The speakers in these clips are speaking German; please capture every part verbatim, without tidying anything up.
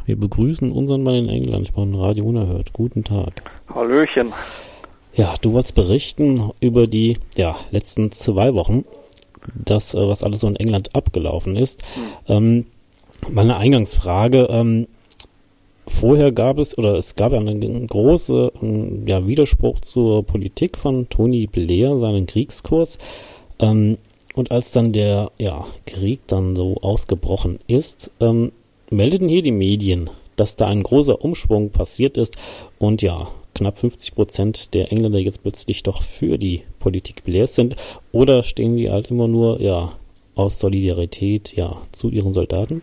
Wir begrüßen unseren Mann in England von Radio Unerhört. Guten Tag. Hallöchen. Ja, du wolltest berichten über die ja, letzten zwei Wochen, das, was alles so in England abgelaufen ist. Hm. Ähm, meine Eingangsfrage, ähm, vorher gab es, oder es gab einen großen ja, Widerspruch zur Politik von Tony Blair, seinen Kriegskurs. Ähm, und als dann der ja, Krieg dann so ausgebrochen ist, ähm, meldeten hier die Medien, dass da ein großer Umschwung passiert ist und ja, knapp fünfzig Prozent der Engländer jetzt plötzlich doch für die Politik Blairs sind. Oder stehen die halt immer nur ja aus Solidarität ja zu ihren Soldaten?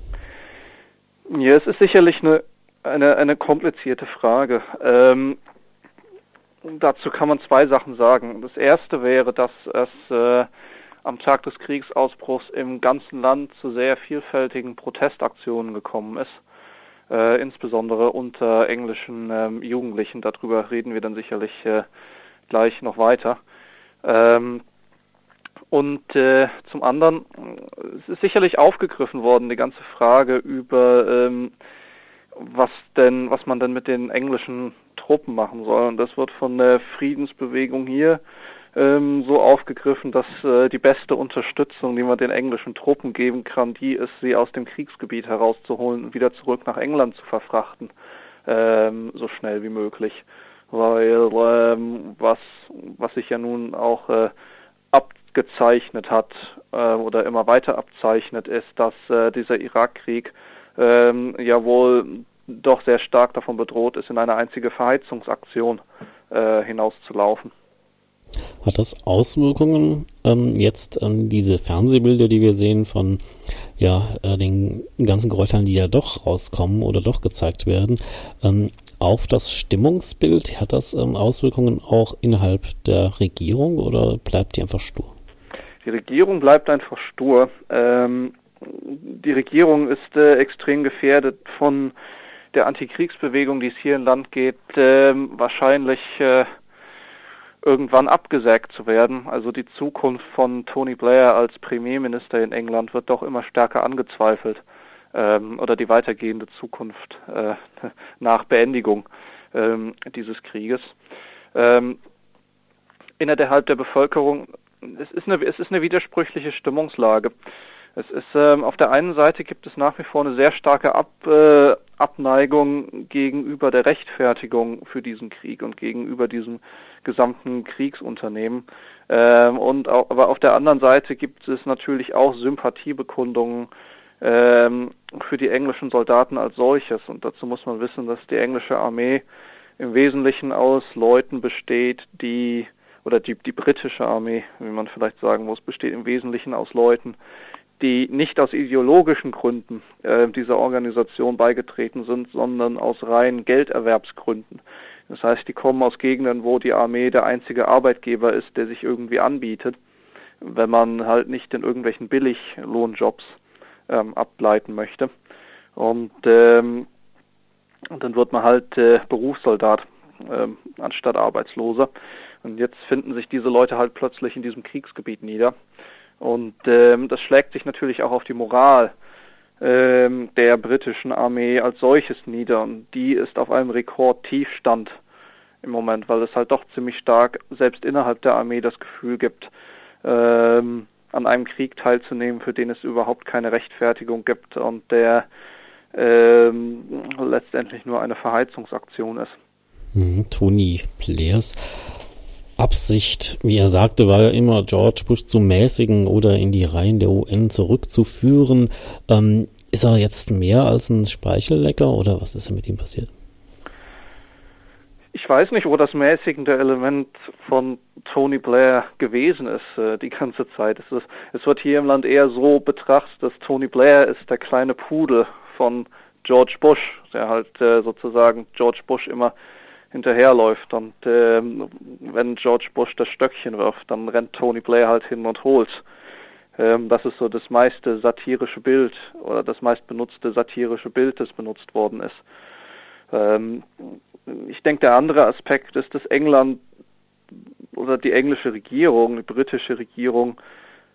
Ja, es ist sicherlich eine eine, eine komplizierte Frage. Ähm, dazu kann man zwei Sachen sagen. Das erste wäre, dass es äh, am Tag des Kriegsausbruchs im ganzen Land zu sehr vielfältigen Protestaktionen gekommen ist. Äh, insbesondere unter englischen ähm, Jugendlichen. Darüber reden wir dann sicherlich äh, gleich noch weiter. Ähm, und äh, zum anderen, es ist sicherlich aufgegriffen worden, die ganze Frage über ähm, was denn, was man denn mit den englischen Truppen machen soll. Und das wird von der Friedensbewegung hier ähm, so aufgegriffen, dass äh, die beste Unterstützung, die man den englischen Truppen geben kann, die ist, sie aus dem Kriegsgebiet herauszuholen und wieder zurück nach England zu verfrachten, ähm, so schnell wie möglich. Weil ähm, was, was sich ja nun auch äh, abgezeichnet hat äh, oder immer weiter abzeichnet, ist, dass äh, dieser Irakkrieg Ähm, ja wohl doch sehr stark davon bedroht ist, in eine einzige Verheizungsaktion äh, hinauszulaufen. Hat das Auswirkungen ähm, jetzt an diese Fernsehbilder, die wir sehen von ja äh, den ganzen Gräueltaten, die ja doch rauskommen oder doch gezeigt werden, ähm, auf das Stimmungsbild? Hat das ähm, Auswirkungen auch innerhalb der Regierung oder bleibt die einfach stur? Die Regierung bleibt einfach stur. Ähm, Die Regierung ist äh, extrem gefährdet von der Antikriegsbewegung, die es hier im Land geht, äh, wahrscheinlich äh, irgendwann abgesägt zu werden. Also die Zukunft von Tony Blair als Premierminister in England wird doch immer stärker angezweifelt. Ähm, oder die weitergehende Zukunft äh, nach Beendigung ähm, dieses Krieges. Ähm, innerhalb der Bevölkerung, es ist eine, es ist eine widersprüchliche Stimmungslage. Es ist ähm, auf der einen Seite gibt es nach wie vor eine sehr starke Ab, äh, Abneigung gegenüber der Rechtfertigung für diesen Krieg und gegenüber diesem gesamten Kriegsunternehmen. Ähm, und auch, aber auf der anderen Seite gibt es natürlich auch Sympathiebekundungen ähm, für die englischen Soldaten als solches. Und dazu muss man wissen, dass die englische Armee im Wesentlichen aus Leuten besteht, die oder die, die britische Armee, wie man vielleicht sagen muss, besteht im Wesentlichen aus Leuten, die nicht aus ideologischen Gründen äh, dieser Organisation beigetreten sind, sondern aus reinen Gelderwerbsgründen. Das heißt, die kommen aus Gegenden, wo die Armee der einzige Arbeitgeber ist, der sich irgendwie anbietet, wenn man halt nicht in irgendwelchen Billiglohnjobs ähm, ableiten möchte. Und, ähm, und dann wird man halt äh, Berufssoldat ähm, anstatt Arbeitsloser. Und jetzt finden sich diese Leute halt plötzlich in diesem Kriegsgebiet nieder. Und ähm, das schlägt sich natürlich auch auf die Moral ähm, der britischen Armee als solches nieder. Und die ist auf einem Rekordtiefstand im Moment, weil es halt doch ziemlich stark selbst innerhalb der Armee das Gefühl gibt, ähm, an einem Krieg teilzunehmen, für den es überhaupt keine Rechtfertigung gibt und der ähm, letztendlich nur eine Verheizungsaktion ist. Hm, Tony Blairs Absicht, wie er sagte, war ja immer, George Bush zu mäßigen oder in die Reihen der U N zurückzuführen. Ähm, ist er jetzt mehr als ein Speichellecker oder was ist denn mit ihm passiert? Ich weiß nicht, wo das mäßigende Element von Tony Blair gewesen ist äh, die ganze Zeit. Es, ist, es wird hier im Land eher so betrachtet, dass Tony Blair ist der kleine Pudel von George Bush, der halt äh, sozusagen George Bush immer hinterherläuft und ähm, wenn George Bush das Stöckchen wirft, dann rennt Tony Blair halt hin und holt's. Ähm, das ist so das meiste satirische Bild oder das meistbenutzte satirische Bild, das benutzt worden ist. Ähm, ich denke, der andere Aspekt ist, dass England oder die englische Regierung, die britische Regierung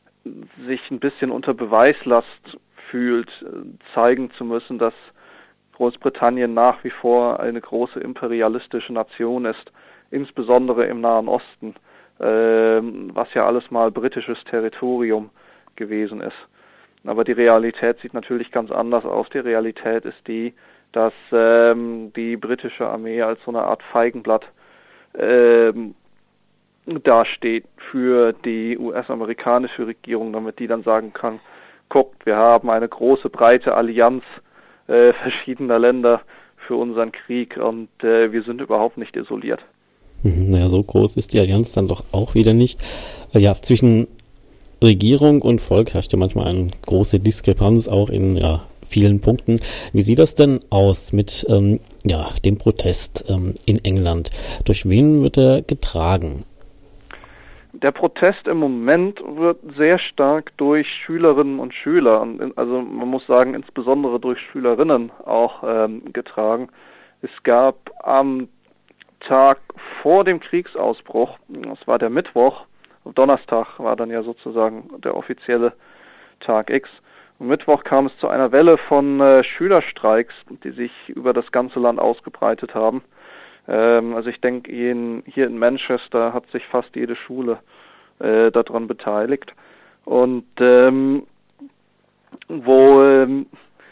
sich ein bisschen unter Beweislast fühlt, zeigen zu müssen, dass Großbritannien nach wie vor eine große imperialistische Nation ist, insbesondere im Nahen Osten, ähm, was ja alles mal britisches Territorium gewesen ist. Aber die Realität sieht natürlich ganz anders aus. Die Realität ist die, dass ähm, die britische Armee als so eine Art Feigenblatt ähm, dasteht für die U S-amerikanische Regierung, damit die dann sagen kann, guckt, wir haben eine große, breite Allianz äh, verschiedener Länder für unseren Krieg und äh, wir sind überhaupt nicht isoliert. Naja, so groß ist die Allianz dann doch auch wieder nicht. Ja, zwischen Regierung und Volk herrscht ja manchmal eine große Diskrepanz, auch in ja, vielen Punkten. Wie sieht das denn aus mit ähm, ja, dem Protest ähm, in England? Durch wen wird er getragen? Der Protest im Moment wird sehr stark durch Schülerinnen und Schüler, also man muss sagen insbesondere durch Schülerinnen auch ähm, getragen. Es gab am Tag vor dem Kriegsausbruch, das war der Mittwoch, Donnerstag war dann ja sozusagen der offizielle Tag X. Am Mittwoch kam es zu einer Welle von äh, Schülerstreiks, die sich über das ganze Land ausgebreitet haben. Ähm, also ich denke, hier in Manchester hat sich fast jede Schule äh, daran beteiligt. Und ähm, wo ähm,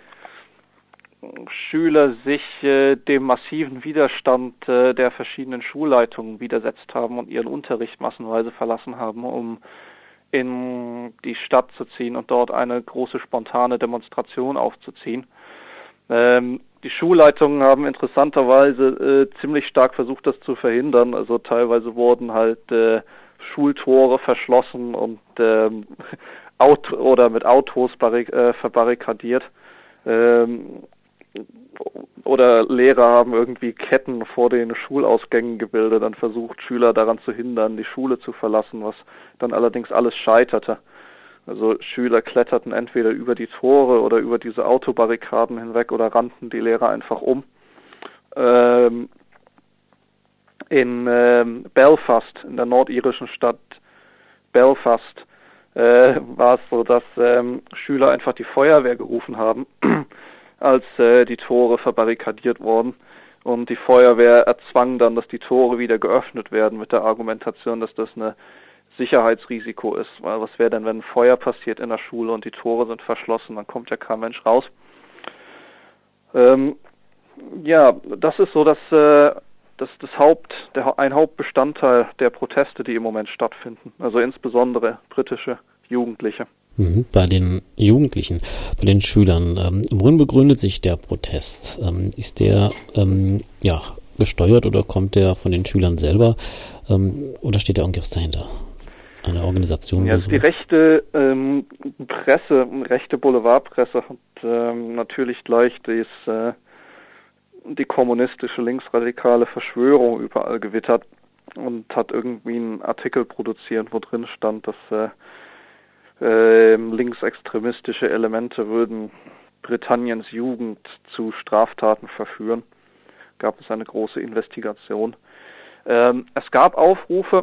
Schüler sich äh, dem massiven Widerstand äh, der verschiedenen Schulleitungen widersetzt haben und ihren Unterricht massenweise verlassen haben, um in die Stadt zu ziehen und dort eine große spontane Demonstration aufzuziehen. Ähm, die Schulleitungen haben interessanterweise äh, ziemlich stark versucht, das zu verhindern. Also teilweise wurden halt äh, Schultore verschlossen und ähm, Auto oder mit Autos barrik- äh, verbarrikadiert. Ähm, oder Lehrer haben irgendwie Ketten vor den Schulausgängen gebildet und versucht, Schüler daran zu hindern, die Schule zu verlassen, was dann allerdings alles scheiterte. Also Schüler kletterten entweder über die Tore oder über diese Autobarrikaden hinweg oder rannten die Lehrer einfach um. Ähm, in ähm, Belfast, in der nordirischen Stadt Belfast, äh, war es so, dass ähm, Schüler einfach die Feuerwehr gerufen haben, als äh, die Tore verbarrikadiert wurden. Und die Feuerwehr erzwang dann, dass die Tore wieder geöffnet werden mit der Argumentation, dass das eine Sicherheitsrisiko ist. Weil was wäre denn, wenn ein Feuer passiert in der Schule und die Tore sind verschlossen, dann kommt ja kein Mensch raus. Ähm, ja, das ist so das, äh, das, das Haupt, der, ein Hauptbestandteil der Proteste, die im Moment stattfinden. Also insbesondere britische Jugendliche. Mhm, bei den Jugendlichen, bei den Schülern, ähm, worin begründet sich der Protest? Ähm, ist der ähm, ja, gesteuert oder kommt der von den Schülern selber ähm, oder steht da irgendwas dahinter? Eine Organisation? Ja, oder die rechte ähm, Presse, rechte Boulevardpresse hat ähm, natürlich gleich dies, äh, die kommunistische linksradikale Verschwörung überall gewittert und hat irgendwie einen Artikel produziert, wo drin stand, dass äh, äh, linksextremistische Elemente würden Britanniens Jugend zu Straftaten verführen. Gab es eine große Investigation. Ähm, es gab Aufrufe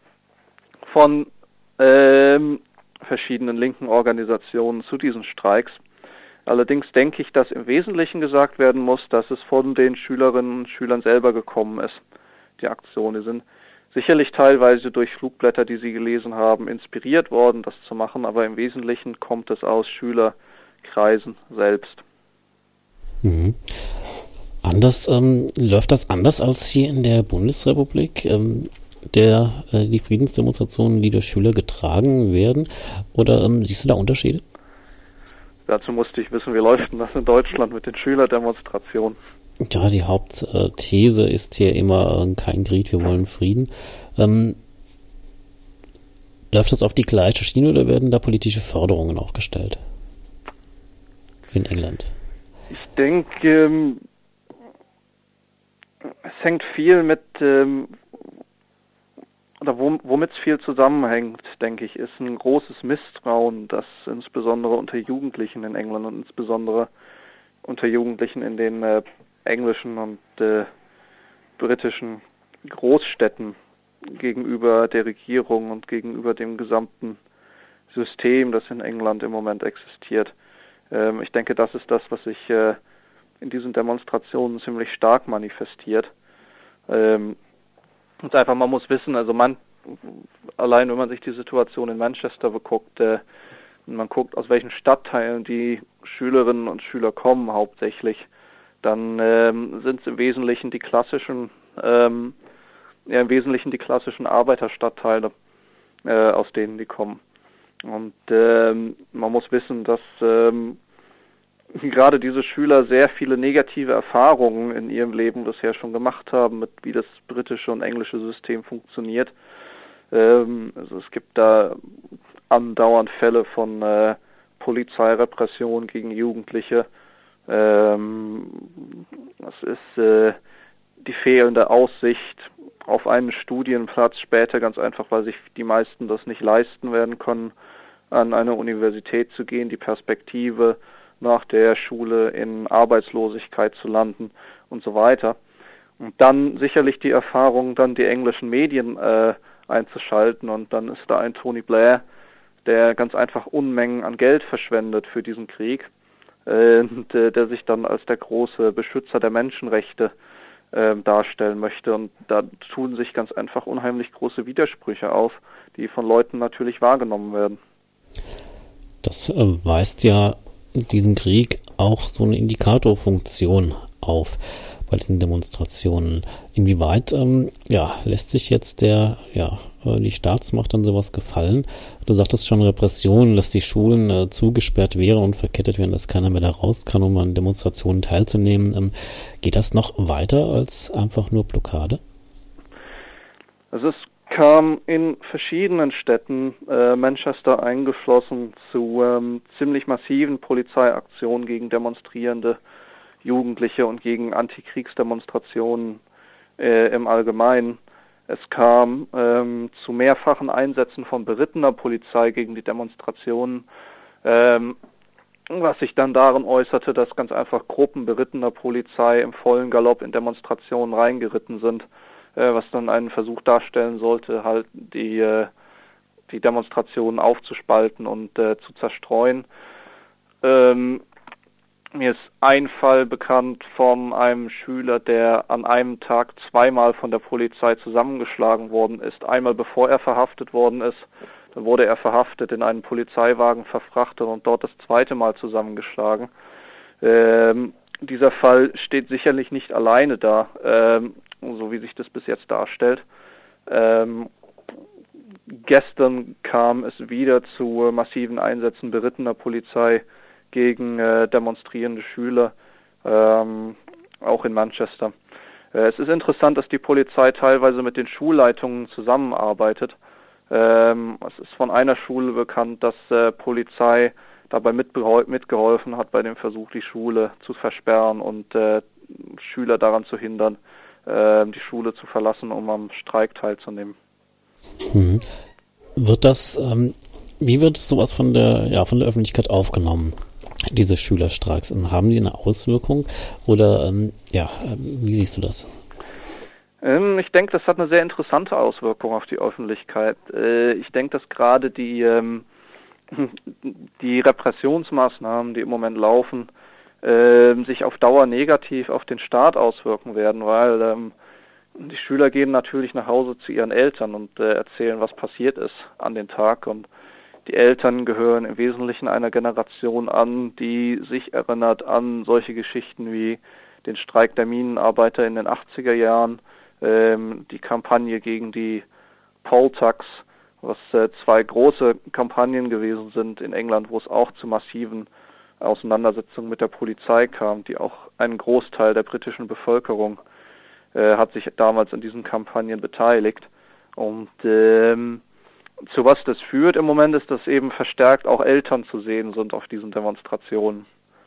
von ähm, verschiedenen linken Organisationen zu diesen Streiks. Allerdings denke ich, dass im Wesentlichen gesagt werden muss, dass es von den Schülerinnen und Schülern selber gekommen ist, die Aktionen. Die sind sicherlich teilweise durch Flugblätter, die sie gelesen haben, inspiriert worden, das zu machen, aber im Wesentlichen kommt es aus Schülerkreisen selbst. Mhm. Anders, ähm, läuft das anders als hier in der Bundesrepublik, ähm, der, äh, die Friedensdemonstrationen, die durch Schüler getragen werden? Oder ähm, siehst du da Unterschiede? Dazu musste ich wissen, wie läuft denn das in Deutschland mit den Schülerdemonstrationen? Ja, die Hauptthese ist hier immer äh, kein Krieg, wir wollen Frieden. Ähm, läuft das auf die gleiche Schiene oder werden da politische Forderungen auch gestellt? In England? Ich denke, ähm, es hängt viel mit, ähm, oder womit es viel zusammenhängt, denke ich, ist ein großes Misstrauen, das insbesondere unter Jugendlichen in England und insbesondere unter Jugendlichen in den äh, englischen und äh, britischen Großstädten gegenüber der Regierung und gegenüber dem gesamten System, das in England im Moment existiert. Ähm, ich denke, das ist das, was sich äh, in diesen Demonstrationen ziemlich stark manifestiert. Ähm, und einfach, man muss wissen, also man, allein wenn man sich die Situation in Manchester beguckt, äh, man guckt, aus welchen Stadtteilen die Schülerinnen und Schüler kommen hauptsächlich, dann ähm, sind es im Wesentlichen die klassischen, ähm, ja, im Wesentlichen die klassischen Arbeiterstadtteile, äh, aus denen die kommen. Und ähm, man muss wissen, dass ähm, gerade diese Schüler sehr viele negative Erfahrungen in ihrem Leben bisher schon gemacht haben, mit wie das britische und englische System funktioniert. Ähm, also es gibt da andauernd Fälle von äh, Polizeirepression gegen Jugendliche. Ähm, das ist äh, die fehlende Aussicht auf einen Studienplatz später, ganz einfach, weil sich die meisten das nicht leisten werden können, an eine Universität zu gehen, die Perspektive nach der Schule in Arbeitslosigkeit zu landen und so weiter. Und dann sicherlich die Erfahrung, dann die englischen Medien äh, einzuschalten, und dann ist da ein Tony Blair, der ganz einfach Unmengen an Geld verschwendet für diesen Krieg, äh, und, äh, der sich dann als der große Beschützer der Menschenrechte äh, darstellen möchte. Und da tun sich ganz einfach unheimlich große Widersprüche auf, die von Leuten natürlich wahrgenommen werden. Das äh, weist ja diesen Krieg auch so eine Indikatorfunktion auf bei diesen Demonstrationen. Inwieweit ähm, ja, lässt sich jetzt der, ja, die Staatsmacht dann sowas gefallen? Du sagtest schon, Repression, dass die Schulen äh, zugesperrt wären und verkettet werden, dass keiner mehr da raus kann, um an Demonstrationen teilzunehmen. Ähm, geht das noch weiter als einfach nur Blockade? Also es kam in verschiedenen Städten, äh, Manchester eingeschlossen, zu ähm, ziemlich massiven Polizeiaktionen gegen demonstrierende Jugendliche und gegen Antikriegsdemonstrationen äh, im Allgemeinen. Es kam ähm, zu mehrfachen Einsätzen von berittener Polizei gegen die Demonstrationen, ähm, was sich dann darin äußerte, dass ganz einfach Gruppen berittener Polizei im vollen Galopp in Demonstrationen reingeritten sind, äh, was dann einen Versuch darstellen sollte, halt die, äh, die Demonstrationen aufzuspalten und äh, zu zerstreuen. Ähm, Mir ist ein Fall bekannt von einem Schüler, der an einem Tag zweimal von der Polizei zusammengeschlagen worden ist. Einmal bevor er verhaftet worden ist, dann wurde er verhaftet, in einen Polizeiwagen verfrachtet und dort das zweite Mal zusammengeschlagen. Ähm, dieser Fall steht sicherlich nicht alleine da, ähm, so wie sich das bis jetzt darstellt. Ähm, gestern kam es wieder zu massiven Einsätzen berittener Polizei gegen äh, demonstrierende Schüler, ähm, auch in Manchester. Äh, es ist interessant, dass die Polizei teilweise mit den Schulleitungen zusammenarbeitet. Ähm, es ist von einer Schule bekannt, dass äh, Polizei dabei mitbehol- mitgeholfen hat bei dem Versuch, die Schule zu versperren und äh, Schüler daran zu hindern, äh, die Schule zu verlassen, um am Streik teilzunehmen. Mhm. Wird das, ähm, wie wird sowas von der, ja, von der Öffentlichkeit aufgenommen? Diese Schülerstreiks, haben die eine Auswirkung oder ähm, ja, wie siehst du das? Ähm, ich denke, das hat eine sehr interessante Auswirkung auf die Öffentlichkeit. Äh, ich denke, dass gerade die ähm, die Repressionsmaßnahmen, die im Moment laufen, äh, sich auf Dauer negativ auf den Staat auswirken werden, weil ähm, die Schüler gehen natürlich nach Hause zu ihren Eltern und äh, erzählen, was passiert ist an den Tag, und die Eltern gehören im Wesentlichen einer Generation an, die sich erinnert an solche Geschichten wie den Streik der Minenarbeiter in den achtziger Jahren, ähm, die Kampagne gegen die Poll Tax, was äh, zwei große Kampagnen gewesen sind in England, wo es auch zu massiven Auseinandersetzungen mit der Polizei kam, die auch einen Großteil der britischen Bevölkerung äh, hat sich damals an diesen Kampagnen beteiligt. Und ähm, zu was das führt im Moment ist, dass eben verstärkt auch Eltern zu sehen sind auf diesen Demonstrationen.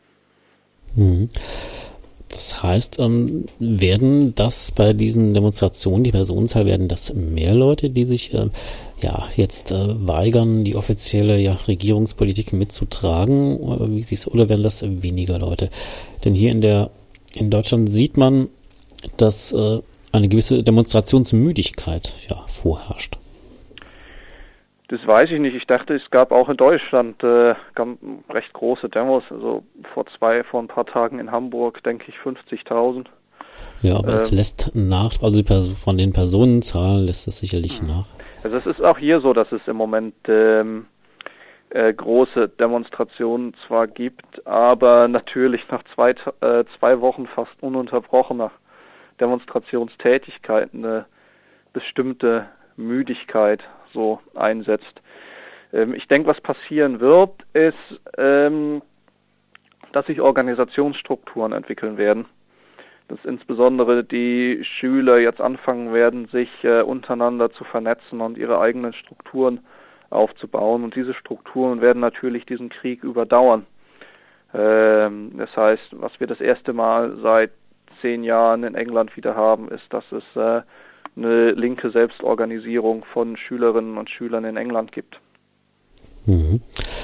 Mhm. Das heißt, ähm, werden das bei diesen Demonstrationen, die Personenzahl, werden das mehr Leute, die sich äh, ja jetzt äh, weigern, die offizielle ja, Regierungspolitik mitzutragen, oder wie siehst du, oder werden das weniger Leute? Denn hier in der in Deutschland sieht man, dass äh, eine gewisse Demonstrationsmüdigkeit ja vorherrscht. Das weiß ich nicht. Ich dachte, es gab auch in Deutschland äh, recht große Demos. Also vor zwei, vor ein paar Tagen in Hamburg, denke ich, fünfzigtausend. Ja, aber ähm, es lässt nach, also von den Personenzahlen lässt es sicherlich mh. nach. Also es ist auch hier so, dass es im Moment ähm, äh, große Demonstrationen zwar gibt, aber natürlich nach zwei, äh, zwei Wochen fast ununterbrochener Demonstrationstätigkeit eine bestimmte Müdigkeit so einsetzt. Ähm, ich denke, was passieren wird, ist, ähm, dass sich Organisationsstrukturen entwickeln werden. Dass insbesondere die Schüler jetzt anfangen werden, sich äh, untereinander zu vernetzen und ihre eigenen Strukturen aufzubauen. Und diese Strukturen werden natürlich diesen Krieg überdauern. Ähm, das heißt, was wir das erste Mal seit zehn Jahren in England wieder haben, ist, dass es äh, eine linke Selbstorganisierung von Schülerinnen und Schülern in England gibt. Mhm.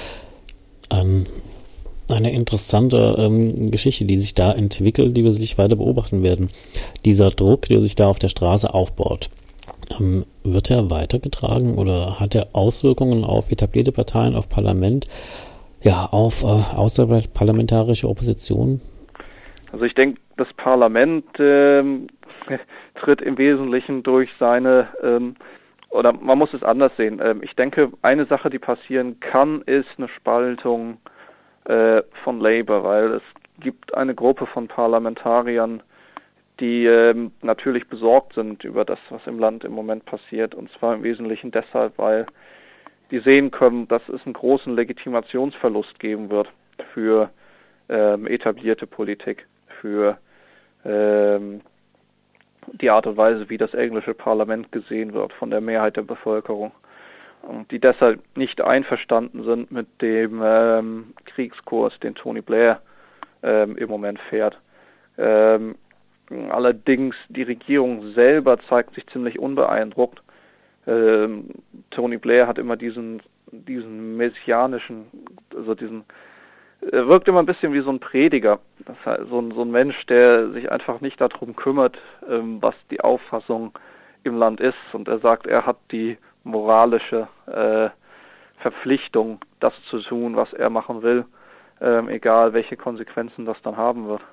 Ähm, eine interessante ähm, Geschichte, die sich da entwickelt, die wir sicherlich weiter beobachten werden. Dieser Druck, der sich da auf der Straße aufbaut, ähm, wird er weitergetragen oder hat er Auswirkungen auf etablierte Parteien, auf Parlament, ja, auf äh, außerparlamentarische Opposition? Also ich denke, das Parlament ähm, tritt im Wesentlichen durch seine, ähm, oder man muss es anders sehen. Ähm, ich denke, eine Sache, die passieren kann, ist eine Spaltung äh, von Labour, weil es gibt eine Gruppe von Parlamentariern, die ähm, natürlich besorgt sind über das, was im Land im Moment passiert, und zwar im Wesentlichen deshalb, weil die sehen können, dass es einen großen Legitimationsverlust geben wird für ähm, etablierte Politik, für ähm, die Art und Weise, wie das englische Parlament gesehen wird von der Mehrheit der Bevölkerung, und die deshalb nicht einverstanden sind mit dem ähm, Kriegskurs, den Tony Blair ähm, im Moment fährt. Ähm, allerdings die Regierung selber zeigt sich ziemlich unbeeindruckt. Ähm, Tony Blair hat immer diesen diesen messianischen, also diesen Er wirkt immer ein bisschen wie so ein Prediger, das heißt, so, ein, so ein Mensch, der sich einfach nicht darum kümmert, ähm, was die Auffassung im Land ist. Und er sagt, er hat die moralische äh, Verpflichtung, das zu tun, was er machen will, ähm, egal welche Konsequenzen das dann haben wird.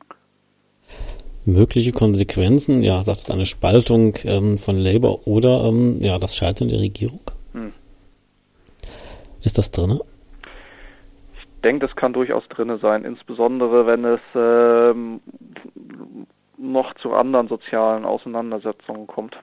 Mögliche Konsequenzen, ja, sagt es eine Spaltung ähm, von Labour oder ähm, ja, das Scheitern der Regierung? Hm. Ist das drin? Ich denke, das kann durchaus drin sein, insbesondere wenn es ähm, noch zu anderen sozialen Auseinandersetzungen kommt.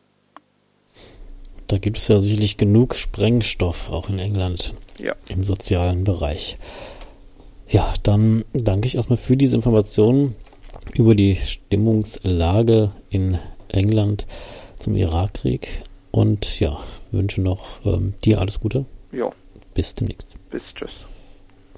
Da gibt es ja sicherlich genug Sprengstoff, auch in England, ja, im sozialen Bereich. Ja, dann danke ich erstmal für diese Informationen über die Stimmungslage in England zum Irakkrieg und ja, wünsche noch ähm, dir alles Gute. Ja. Bis demnächst. Bis tschüss.